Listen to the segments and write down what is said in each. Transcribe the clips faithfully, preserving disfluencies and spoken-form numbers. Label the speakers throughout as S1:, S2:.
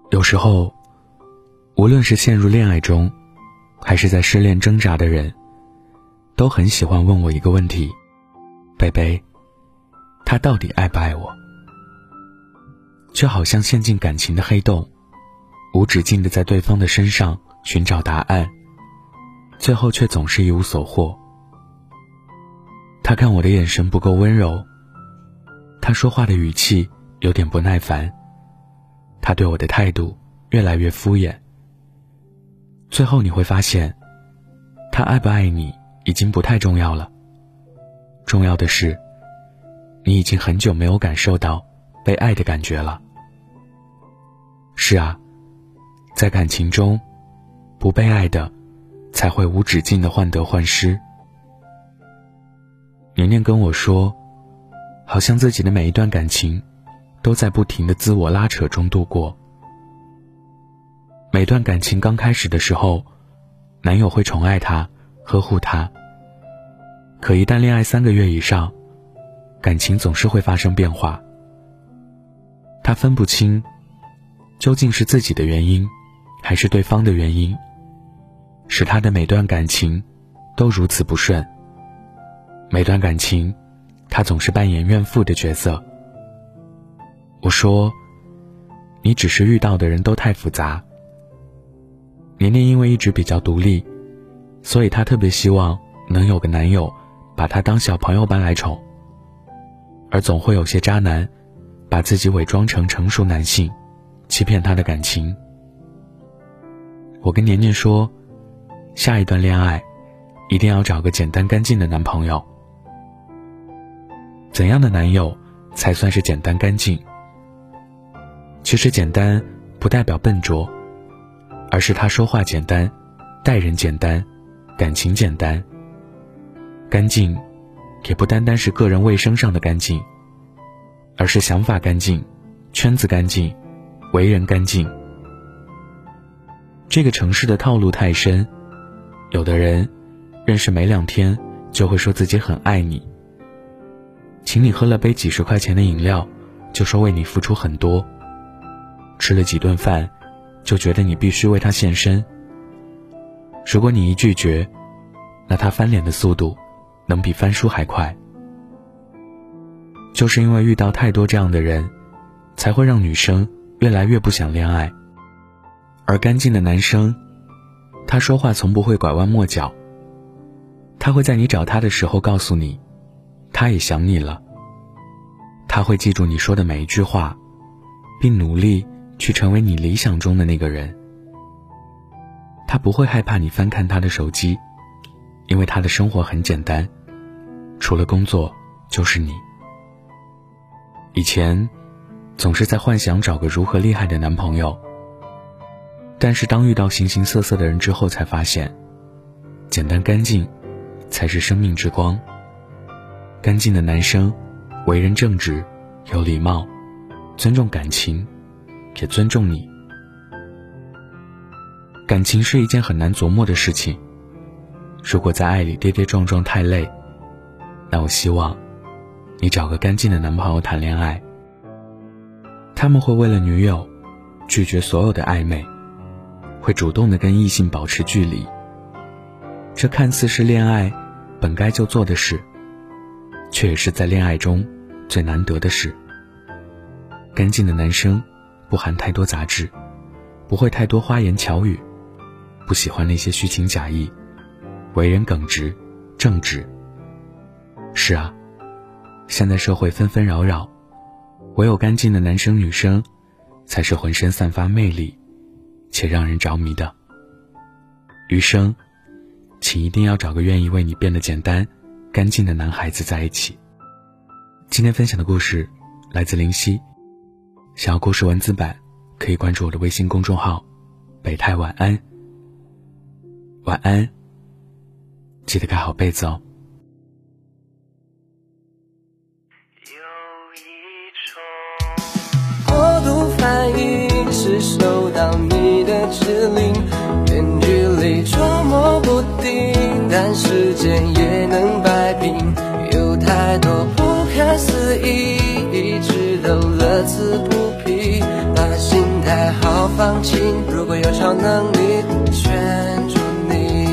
S1: 有时候，无论是陷入恋爱中，还是在失恋挣扎的人，都很喜欢问我一个问题：贝贝，他到底爱不爱我？就好像陷进感情的黑洞，无止境地在对方的身上寻找答案，最后却总是一无所获。他看我的眼神不够温柔，他说话的语气有点不耐烦，他对我的态度越来越敷衍。最后你会发现，他爱不爱你已经不太重要了，重要的是，你已经很久没有感受到被爱的感觉了。是啊，在感情中，不被爱的才会无止境的患得患失。年年跟我说，好像自己的每一段感情都在不停的自我拉扯中度过。每段感情刚开始的时候，男友会宠爱她，呵护她。可一旦恋爱三个月以上，感情总是会发生变化。她分不清究竟是自己的原因还是对方的原因，使她的每段感情都如此不顺。每段感情她总是扮演怨妇的角色。我说，你只是遇到的人都太复杂。年年因为一直比较独立，所以她特别希望能有个男友把她当小朋友般来宠，而总会有些渣男把自己伪装成成熟男性，欺骗她的感情。我跟年年说，下一段恋爱一定要找个简单干净的男朋友。怎样的男友才算是简单干净？其实简单不代表笨拙，而是他说话简单，待人简单，感情简单。干净也不单单是个人卫生上的干净，而是想法干净，圈子干净，为人干净。这个城市的套路太深，有的人认识没两天就会说自己很爱你，请你喝了杯几十块钱的饮料就说为你付出很多，吃了几顿饭就觉得你必须为他献身。如果你一拒绝，那他翻脸的速度能比翻书还快。就是因为遇到太多这样的人，才会让女生越来越不想恋爱。而干净的男生，他说话从不会拐弯抹角，他会在你找他的时候告诉你，他也想你了。他会记住你说的每一句话，并努力去成为你理想中的那个人。他不会害怕你翻看他的手机，因为他的生活很简单，除了工作就是你。以前总是在幻想找个如何厉害的男朋友，但是当遇到形形色色的人之后，才发现简单干净才是生命之光。干净的男生为人正直，有礼貌，尊重感情，也尊重你。感情是一件很难琢磨的事情，如果在爱里跌跌撞撞太累，那我希望你找个干净的男朋友谈恋爱。他们会为了女友拒绝所有的暧昧，会主动地跟异性保持距离。这看似是恋爱本该就做的事，却也是在恋爱中最难得的事。干净的男生不含太多杂质，不会太多花言巧语，不喜欢那些虚情假意，为人耿直正直。是啊，现在社会纷纷扰扰，唯有干净的男生女生才是浑身散发魅力且让人着迷的。余生请一定要找个愿意为你变得简单干净的男孩子在一起。今天分享的故事来自林夕，想要故事文字版可以关注我的微信公众号北太晚安。晚安，记得盖好被子哦。
S2: 过度反应是收到你的指令，远距离捉摸不定，但时间也能摆平。有太多不可思议，一直都乐此不疲，把心态好放晴，如果有超能力圈住你。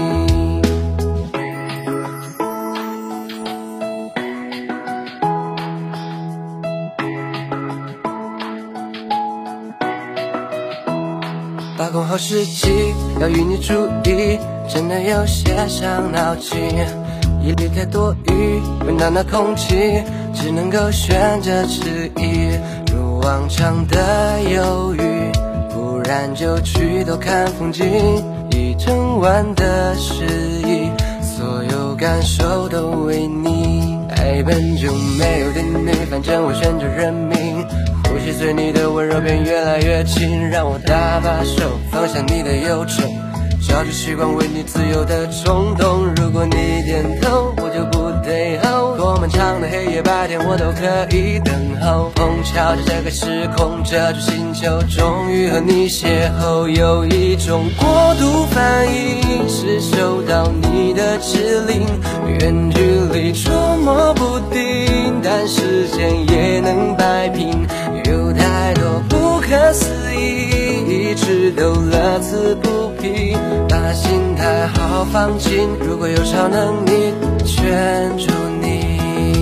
S2: 把控好时机，要与你注意，真的有些伤脑筋。一离开多余，闻到那空气，只能够选择迟疑。如往常的犹豫，不然就去多看风景。一整晚的失意，所有感受都为你。爱本就没有定律，反正我选择认命。呼吸随你的温柔便越来越近，让我大把手放下你的忧愁，照着习惯为你自由的冲动。如果你点头，我就不退后，多漫长的黑夜白天我都可以等候。碰巧着这个时空，这座星球终于和你邂逅，有一种过度反应是收到你的指令，远距离捉摸不定，但时间也能摆平。有太多不可思议，一直都乐此不疲，把心态好好放进，如果有超能力圈住你。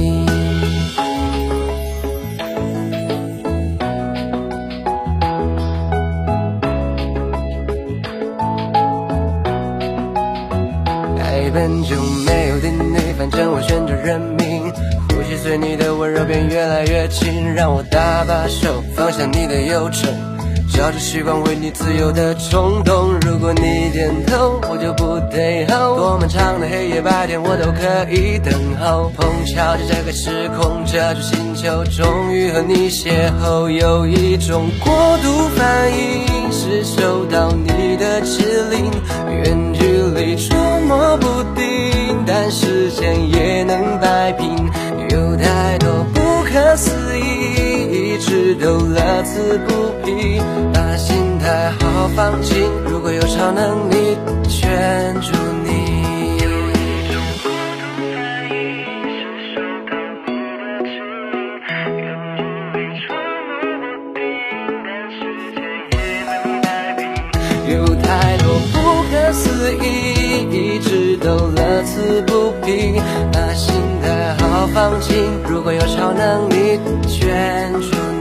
S2: 爱本就没有定律，反正我选择认命。呼吸随你的温柔便越来越近，让我大把手放下你的忧愁，照着习惯为你自由的冲动。如果你点头，我就不退后，多漫长的黑夜白天我都可以等候。碰巧着这个时空，这座星球终于和你邂逅，有一种过度反应是收到你的指令，远距离捉摸不定，但时间也能摆平。有太多不可思议，一直都乐此不疲，把心态好好放进，如果有超能力圈住你。有一种过度反应是收到你的指令，远距离捉摸不定，但时间也能摆平。有太多不可思议，一直都乐此不疲，把心态好好放进，如果有超能力圈住